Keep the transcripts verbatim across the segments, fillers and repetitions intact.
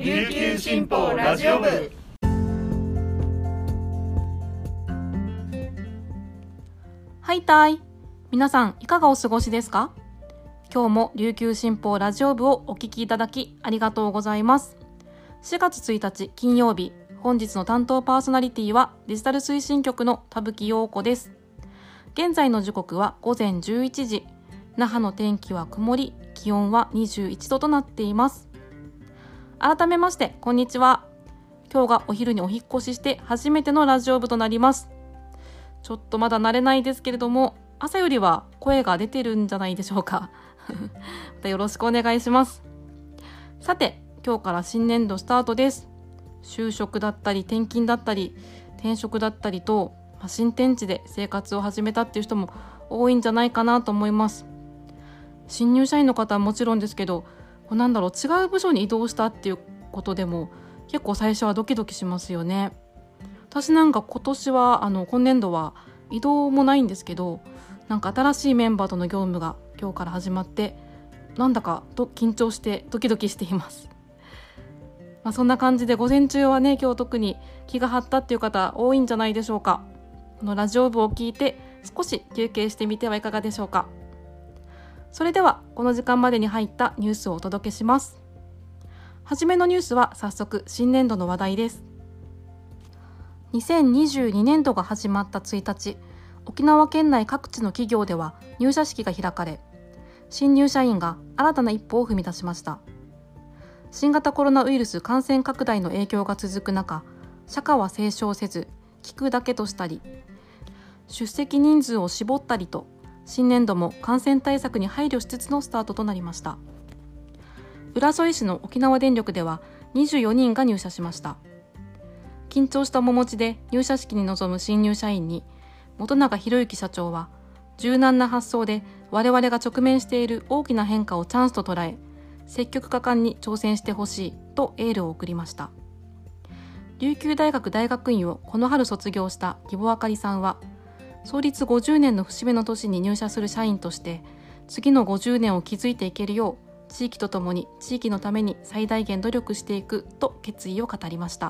琉球新報ラジオ部。 はいたい、皆さんいかがお過ごしですか？今日も琉球新報ラジオ部をお聞きいただきありがとうございます。しがつついたち金曜日、本日の担当パーソナリティはデジタル推進局の田吹陽子です。現在の時刻はごぜんじゅういちじ、那覇の天気は曇り、気温はにじゅういちどとなっています。改めましてこんにちは。今日がお昼にお引っ越しして初めてのラジオ部となります。ちょっとまだ慣れないですけれども、朝よりは声が出てるんじゃないでしょうかまたよろしくお願いします。さて、今日から新年度スタートです。就職だったり転勤だったり転職だったりと、まあ、新天地で生活を始めたっていう人も多いんじゃないかなと思います。新入社員の方はもちろんですけど、なんだろう、違う部署に移動したっていうことでも結構最初はドキドキしますよね。私なんか今年はあの今年度は移動もないんですけど、なんか新しいメンバーとの業務が今日から始まって、なんだかと緊張してドキドキしています。まあ、そんな感じで午前中はね、今日特に気が張ったっていう方多いんじゃないでしょうか。このラジオ部を聞いて少し休憩してみてはいかがでしょうか。それではこの時間までに入ったニュースをお届けします。はじめのニュースは早速新年度の話題です。にせんにじゅうにねんどが始まったついたち、沖縄県内各地の企業では入社式が開かれ、新入社員が新たな一歩を踏み出しました。新型コロナウイルス感染拡大の影響が続く中、社歌は斉唱せず聞くだけとしたり、出席人数を絞ったりと、新年度も感染対策に配慮しつつのスタートとなりました。浦添市の沖縄電力ではにじゅうよにんが入社しました。緊張した面持ちで入社式に臨む新入社員に、本永博之社長は、柔軟な発想で我々が直面している大きな変化をチャンスと捉え、積極果敢に挑戦してほしいとエールを送りました。琉球大学大学院をこの春卒業した義母あかりさんは、創立ごじゅうねんの節目の年に入社する社員として、次のごじゅうねんを築いていけるよう、地域とともに地域のために最大限努力していくと決意を語りました。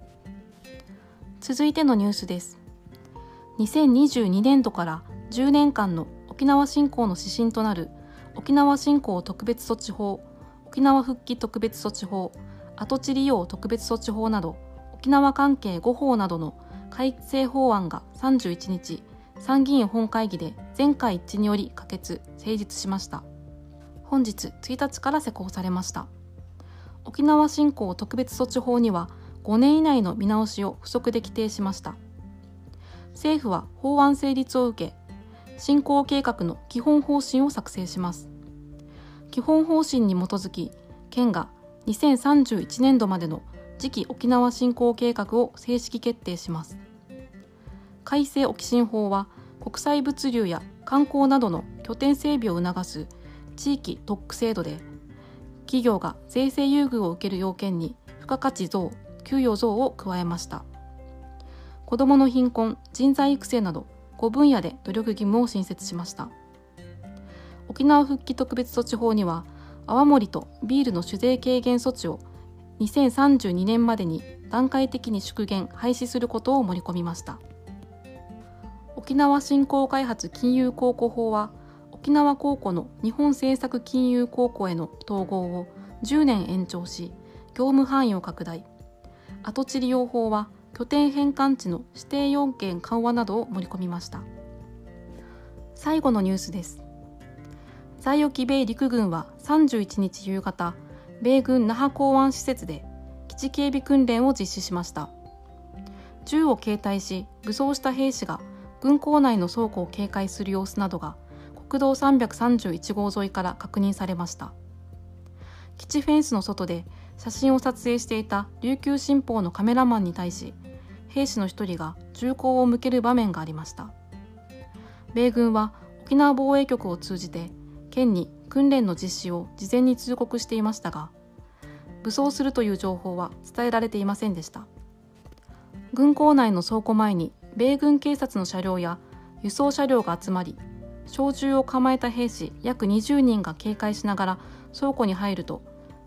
続いてのニュースです。にせんにじゅうにねんどからじゅうねんかんの沖縄振興の指針となる沖縄振興特別措置法、沖縄復帰特別措置法、跡地利用特別措置法など沖縄関係ごほうなどの改正法案がさんじゅういちにち、参議院本会議で全会一致により可決・成立しました。本日ついたちから施行されました。沖縄振興特別措置法にはごねん以内の見直しを付則で規定しました。政府は法案成立を受け、振興計画の基本方針を作成します。基本方針に基づき、県がにせんさんじゅういちねんどまでの次期沖縄振興計画を正式決定します。改正沖振法は、国際物流や観光などの拠点整備を促す地域特区制度で、企業が税制優遇を受ける要件に付加価値増、給与増を加えました。子どもの貧困、人材育成などごぶんやで努力義務を新設しました。沖縄復帰特別措置法には、泡盛とビールの酒税軽減措置をにせんさんじゅうにねんまでに段階的に縮減・廃止することを盛り込みました。沖縄振興開発金融公庫法は、沖縄公庫の日本政策金融公庫への統合をじゅうねん延長し、業務範囲を拡大。跡地利用法は、拠点返還地の指定要件緩和などを盛り込みました。最後のニュースです。在沖米陸軍はさんじゅういちにち夕方、米軍那覇港湾施設で基地警備訓練を実施しました。銃を携帯し、武装した兵士が軍港内の倉庫を警戒する様子などが国道さんびゃくさんじゅういちごう沿いから確認されました。基地フェンスの外で写真を撮影していた琉球新報のカメラマンに対し、兵士の一人が銃口を向ける場面がありました。米軍は沖縄防衛局を通じて県に訓練の実施を事前に通告していましたが、武装するという情報は伝えられていませんでした。軍港内の倉庫前に米軍警察の車両や輸送車両が集まり、小銃を構えた兵士約にじゅうにんが警戒しながら倉庫に入ると、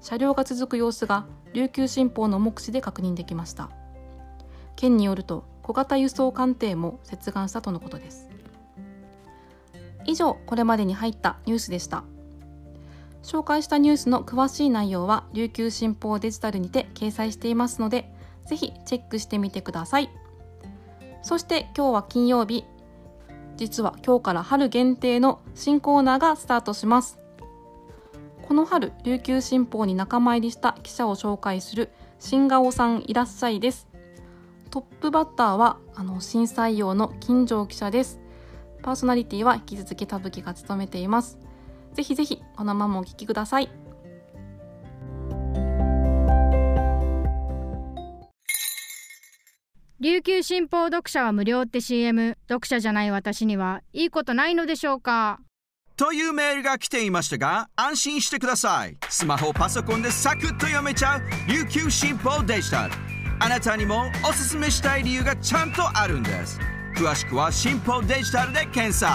車両が続く様子が琉球新報の目視で確認できました。県によると小型輸送艦艇も接岸したとのことです。以上、これまでに入ったニュースでした。紹介したニュースの詳しい内容は琉球新報デジタルにて掲載していますので、ぜひチェックしてみてください。そして今日は金曜日、実は今日から春限定の新コーナーがスタートします。この春、琉球新報に仲間入りした記者を紹介する新顔さんいらっしゃいです。トップバッターはあの新採用の金城記者です。パーソナリティは引き続き田吹が務めています。ぜひぜひこのままお聞きください。 琉球新報読者は無料って シーエム、 読者じゃない私にはいいことないのでしょうかというメールが来ていましたが、安心してください。スマホパソコンでサクッと読めちゃう琉球新報デジタル。あなたにもおすすめしたい理由がちゃんとあるんです。詳しくは新報デジタルで検索。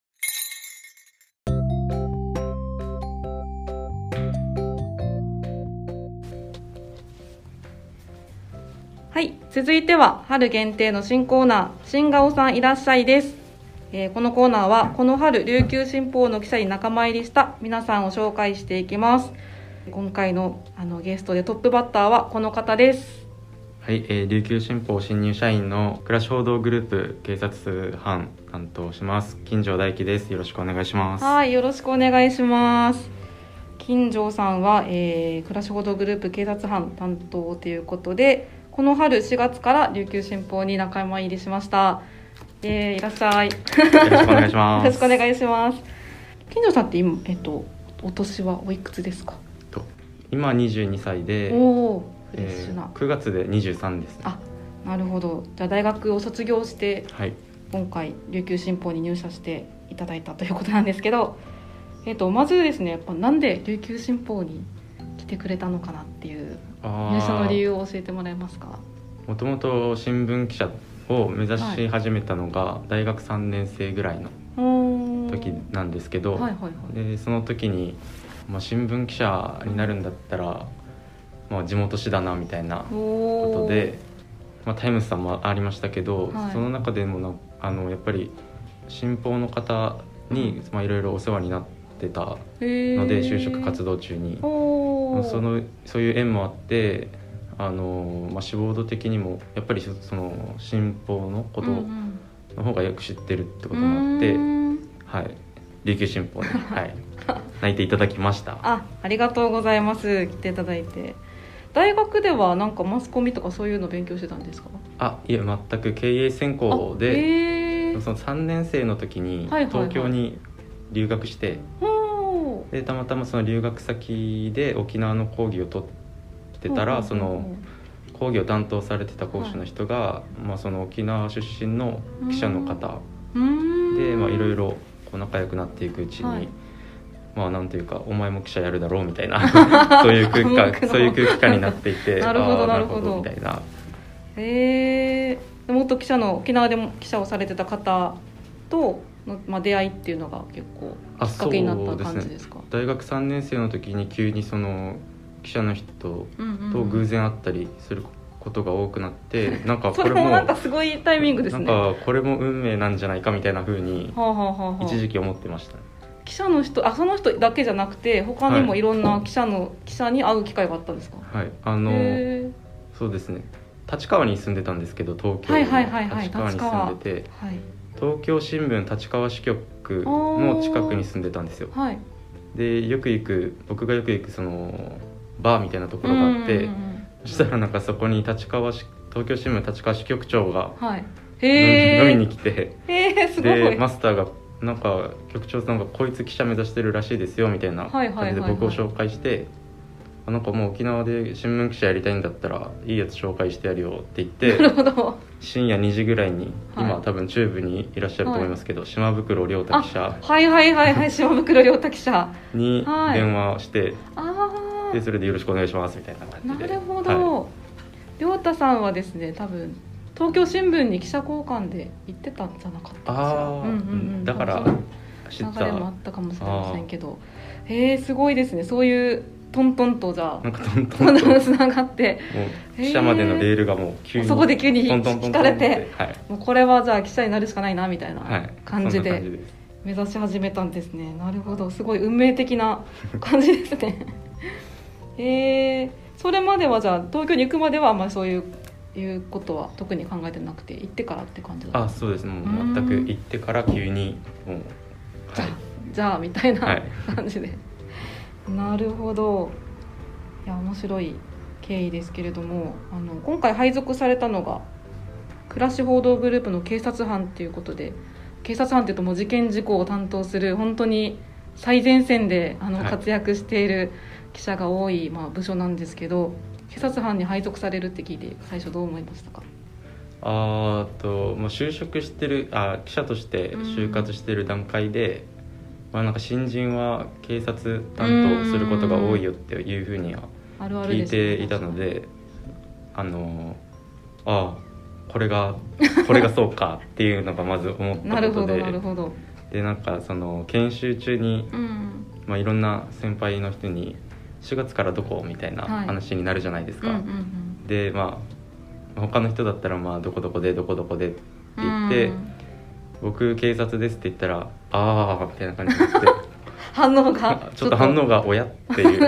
はい、続いては春限定の新コーナー、新顔さんいらっしゃいです。えー、このコーナーはこの春琉球新報の記者に仲間入りした皆さんを紹介していきます。今回のあのゲストでトップバッターはこの方です。 はい、えー、琉球新報新入社員の暮らし報道グループ警察班担当します金城大輝です。よろしくお願いします。 はい、よろしくお願いします。金城さんは、えー、暮らし報道グループ警察班担当ということで、この春しがつから琉球新報に仲間入りしました。えー、いらっしゃい。よろしくお願いします。 よろしくお願いします。金城さんって今、えっと、お年はおいくつですか？ と今にじゅうにさいで、 おー、フレッシュな、 えー、くがつでにじゅうさんですね。 あ、なるほど。じゃあ大学を卒業して、 はい、 今回琉球新報に入社していただいたということなんですけど、えっと、まずですね、やっぱなんで琉球新報に来てくれたのかなっていう入社の理由を教えてもらえますか？ もともと新聞記者を目指し始めたのが大学さんねん生ぐらいの時なんですけど、 はいはいはい、 でその時に、まあ、新聞記者になるんだったら、まあ、地元紙だなみたいなことで、まあ、タイムスさんもありましたけど、はい、その中でもなあのやっぱり新報の方にいろいろお世話になってたので、就職活動中にそのそういう縁もあってあの、まあ、志望度的にもやっぱりその新報のことの方がよく知ってるってこともあって、うんうん、はい、琉球新報に、はい、内定いただきました。 あ、ありがとうございます。来ていただいて。大学ではなんかマスコミとかそういうの勉強してたんですか？ あ、いえ、全く経営専攻で、そのさんねん生の時に東京に留学して、はいはいはい、でたまたまその留学先で沖縄の講義を取ってたら、その講義を担当されてた講師の人が、はい、まあ、その沖縄出身の記者の方で、まあ、いろいろこう仲良くなっていくうちに、はい、まあ、なんというかお前も記者やるだろうみたいなそういう空気感そういう空気感になっていてなるほどなるほどみたいな。 へえー、もっと記者の沖縄でも記者をされてた方との、まあ、出会いっていうのが結構きっかけになった感じですか？ そうですね、大学さんねん生の時に急にその記者の人と偶然会ったりすることが多くなって、うんうんうん、なんかこれもそれもなんかすごいタイミングですね。 なんかこれも運命なんじゃないかみたいな風に一時期思ってました、ね。 記者の人、あ、その人だけじゃなくて他にもいろんな記者の、はい、記者に会う機会があったんですか？ はい、あのそうですね、立川に住んでたんですけど、東京の立川に住んでて、はい、東京新聞立川支局の近くに住んでたんですよ、はい、でよく行く僕がよく行くそのバーみたいなところがあって、うんうんうん、そしたらなんかそこに立川東京新聞立川支局長が、はい、へ飲みに来て、 へすごい。 でマスターがなんか局長さんがこいつ記者目指してるらしいですよみたいな感じで僕を紹介して、はいはいはいはい、なんかもう沖縄で新聞記者やりたいんだったらいいやつ紹介してやるよって言って、 なるほど、 深夜にじぐらいに、はい、今多分中部にいらっしゃると思いますけど、はい、島袋亮太記者、 はいはいはいはい島袋亮太記者に電話して、はい、でそれでよろしくお願いしますみたいな感じで。 なるほど、はい、亮太さんはですね、多分東京新聞に記者交換で行ってたんじゃなかったかしら。あ、うんうんうん、 だから知った流れもあったかもしれませんけど、へえ、すごいですね。そういうトントンとじゃあなんかトントンとつながってもう記者までのレールがもう急にそこで急にトントントントン引かれて、 はい、 もうこれはじゃあ記者になるしかないなみたいなはい、 感じで、 そんな感じです。 目指し始めたんですね。なるほど、すごい運命的な感じですねえー、それまではじゃあ東京に行くまではあんまりそういういうことは特に考えてなくて、行ってからって感じだったんですか？ あ、そうです。もう全く行ってから急にもう、 じゃあ、 はい、 じゃあみたいなはい感じでなるほど。いや面白い経緯ですけれども、あの今回配属されたのが暮らし報道グループの警察班っていうことで、警察班っていうともう事件事故を担当する本当に最前線であのはい、 活躍している記者が多い、まあ、部署なんですけど、警察班に配属されるって聞いて最初どう思いましたか？ あーと、まあ、就職してるあ記者として就活してる段階で、まあ、なんか新人は警察担当することが多いよっていうふうには聞いていたので、あのああこれがこれがそうかっていうのがまず思ったことでなるほどなるほど。 でなんかその研修中に、 うんまあ、いろんな先輩の人にしがつからどこみたいなはい話になるじゃないですか、 うんうんうん、 でまあ他の人だったらまあどこどこでどこどこでって言って、 うん、 僕警察ですって言ったらああみたいな感じになって反応がちょっと反応が親っていう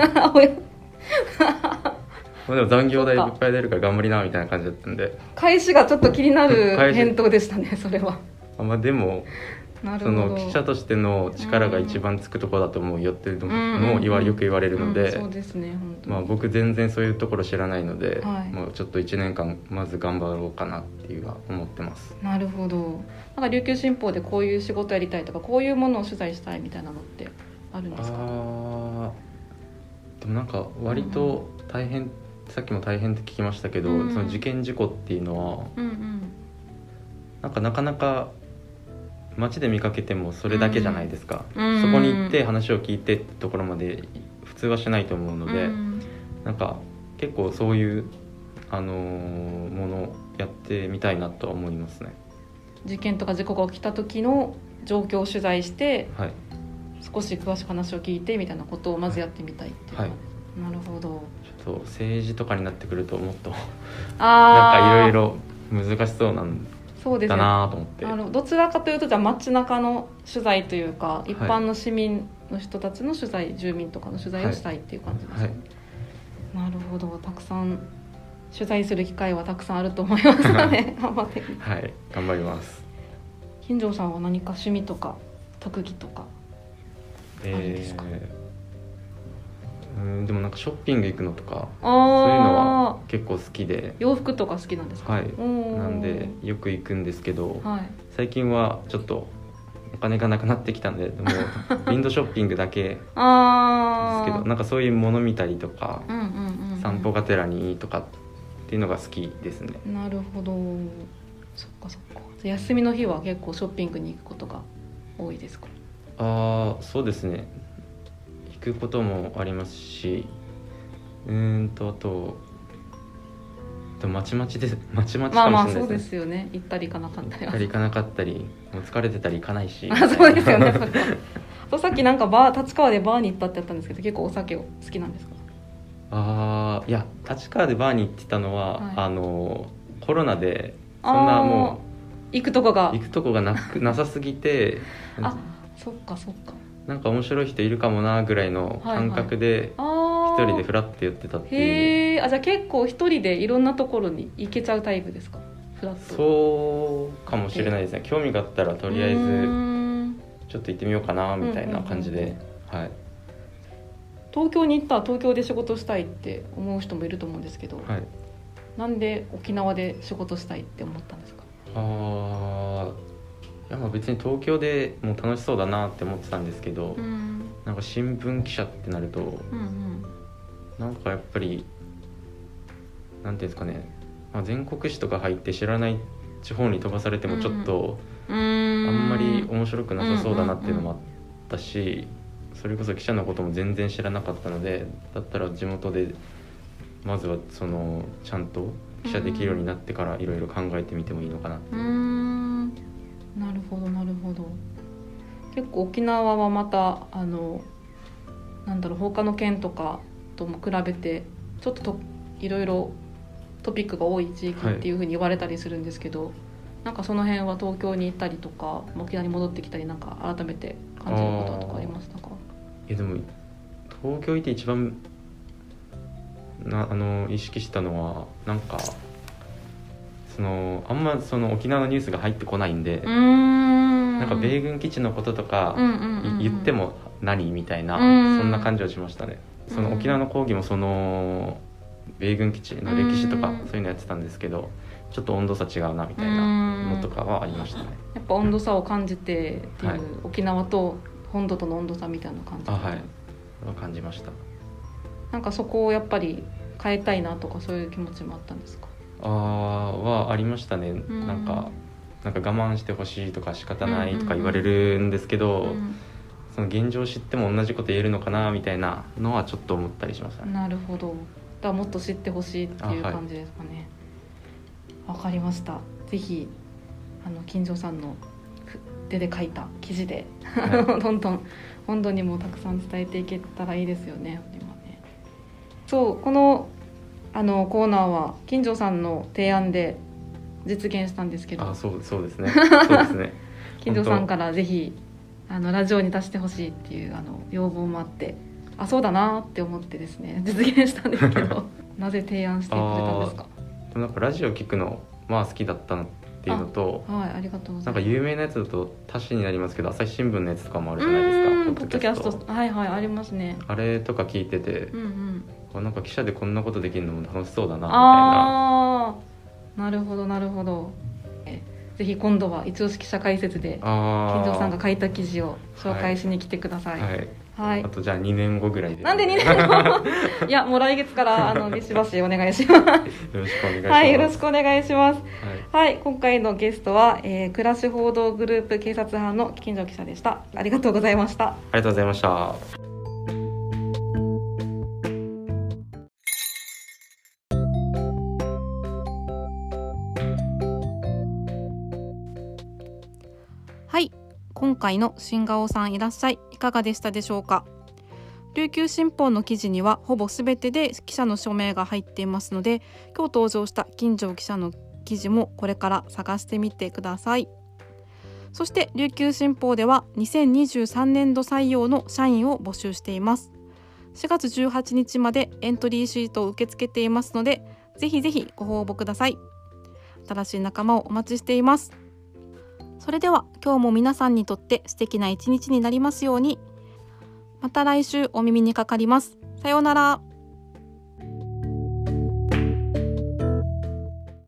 まあでも残業代いっぱい出るから頑張りなみたいな感じだったんで、 返しがちょっと気になる返答でしたねそれは。 あ、まあ、でもなるほど、 その記者としての力が一番つくところだと思うよっていうのを言わよく言われるので、 そうですね本当に、 まあ、僕全然そういうところ知らないので、 はい、 もうちょっといちねんかんまず頑張ろうかなっていうは思ってます。 なるほど。なんか琉球新報でこういう仕事やりたいとかこういうものを取材したいみたいなのってあるんですか？ あでもなんか割と大変、うんうん、さっきも大変って聞きましたけど、うん、その事件事故っていうのは、うんうん、なんかなかなか街で見かけてもそれだけじゃないですか、うん、そこに行って話を聞いてってところまで普通はしないと思うので、うん、なんか結構そういう、あのー、ものをやってみたいなとは思いますね。 事件とか事故が起きた時の状況を取材して、 はい、 少し詳しく話を聞いてみたいなことをまずやってみたいっていう、はい、なるほど。 ちょっと政治とかになってくるともっとなんかいろいろ難しそうなんそうですね、 だなと思って、 あのどちらかというとじゃあ街中の取材というか一般の市民の人たちの取材、はい、住民とかの取材をしたいっていう感じですね、はいはい、なるほど。たくさん取材する機会はたくさんあると思いますので頑張ってはい頑張ります。 金城さんは何か趣味とか特技とかあるんですか？えーうんでもなんかショッピング行くのとかそういうのは結構好きで、 洋服とか好きなんですか？ はいなんでよく行くんですけど、 はい、 最近はちょっとお金がなくなってきたんでもうウィンドウショッピングだけですけどなんかそういうもの見たりとか、うんうんうんうん、散歩がてらにとかっていうのが好きですね。 なるほど、そっかそっか。休みの日は結構ショッピングに行くことが多いですか？ ああそうですね、行くこともありますし、うーんとあとでもまちまちですまちまちかもしれないですね。 まあまあそうですよね、行ったり行かなかったり行ったり行かなかったりもう疲れてたり行かないしあそうですよねそれはとさっきなんかバー立川でバーに行ったってやったんですけど結構お酒を好きなんですか？ ああいや立川でバーに行ってたのは、はい、あのコロナでそんなもう行くとこが行くとこがなくなさすぎてあそっかそっかなんか面白い人いるかもなぐらいの感覚で一人でフラッと寄ってたっていう、はいはい、 へえ。あじゃあ結構一人でいろんなところに行けちゃうタイプですか？フラッとそうかもしれないですね。興味があったらとりあえずちょっと行ってみようかなみたいな感じで、うんうんうん、はい。 東京に行ったら東京で仕事したいって思う人もいると思うんですけど、はい、なんで沖縄で仕事したいって思ったんですか？ あいやまあ別に東京でも楽しそうだなって思ってたんですけど、うん、なんか新聞記者ってなると、うんうん、なんかやっぱりなんていうんですかね、まあ、全国紙とか入って知らない地方に飛ばされてもちょっと、うん、あんまり面白くなさそうだなっていうのもあったし、うんうんうん、それこそ記者のことも全然知らなかったので、だったら地元でまずはそのちゃんと記者できるようになってからいろいろ考えてみてもいいのかなって。うーんなるほどなるほど。結構沖縄はまたあのなんだろう他の県とかとも比べてちょっとといろいろトピックが多い地域っていうふうに言われたりするんですけど、はい、なんかその辺は東京に行ったりとか沖縄に戻ってきたりなんか改めて感じることとかありましたか？ いやでも東京行って一番なあの意識したのはなんかそのあんまその沖縄のニュースが入ってこないんで、うーんなんか米軍基地のこととか言っても何みたいな、そんな感じはしましたね。その沖縄の講義もその米軍基地の歴史とかそういうのやってたんですけど、ちょっと温度差違うなみたいなのとかはありましたね。 やっぱ温度差を感じてっていう、はい、沖縄と本土との温度差みたいな感じ。 あ、はい、感じました。 なんかそこをやっぱり変えたいなとかそういう気持ちもあったんですか？ あはありましたね。なんかなんか我慢してほしいとか仕方ないとか言われるんですけど、うんうんうん、その現状を知っても同じこと言えるのかなみたいなのはちょっと思ったりしましたね。 なるほど。だからもっと知ってほしいっていう感じですかね。わ、はい、かりました。ぜひあの金城さんの手で書いた記事で、はい、どんどん本土にもたくさん伝えていけたらいいですよね。今ね。そうこのあのコーナーは金城さんの提案で実現したんですけど、 あ、そうそうですね。そうですね。 金城さんからぜひあのラジオに出してほしいっていうあの要望もあって、あ、そうだなって思ってですね実現したんですけどなぜ提案してくれたんですか？ でもなんかラジオ聞くのまあ好きだったのっていうのと、 はい、ありがとうございます。 なんか有名なやつだと他紙になりますけど朝日新聞のやつとかもあるじゃないですか。 ポッドキャスト、はいはい、ありますね。 あれとか聞いてて、うんうん、なんか記者でこんなことできるのも楽しそうだなみたいな。 あー、なるほどなるほど。ぜひ今度は一押し記者解説で金城さんが書いた記事を紹介しに来てください。はいはいはい、あとじゃあにねんごぐらいで。 なんでにねんごいやもう来月からあのビシバシお願いします。 よろしくお願いします。 はい、よろしくお願いします。はい、はい、今回のゲストは、えー、暮らし報道グループ警察班の金城記者でした。ありがとうございました。 ありがとうございました。 はい、今回の新顔さんいらっしゃい、いかがでしたでしょうか。琉球新報の記事にはほぼすべてで記者の署名が入っていますので、今日登場した金城記者の記事もこれから探してみてください。そして琉球新報ではにせんにじゅうさんねんど採用の社員を募集しています。しがつじゅうはちにちまでエントリーシートを受け付けていますので、ぜひぜひご応募ください。新しい仲間をお待ちしています。それでは今日も皆さんにとって素敵な一日になりますように。また来週お耳にかかります。さようなら。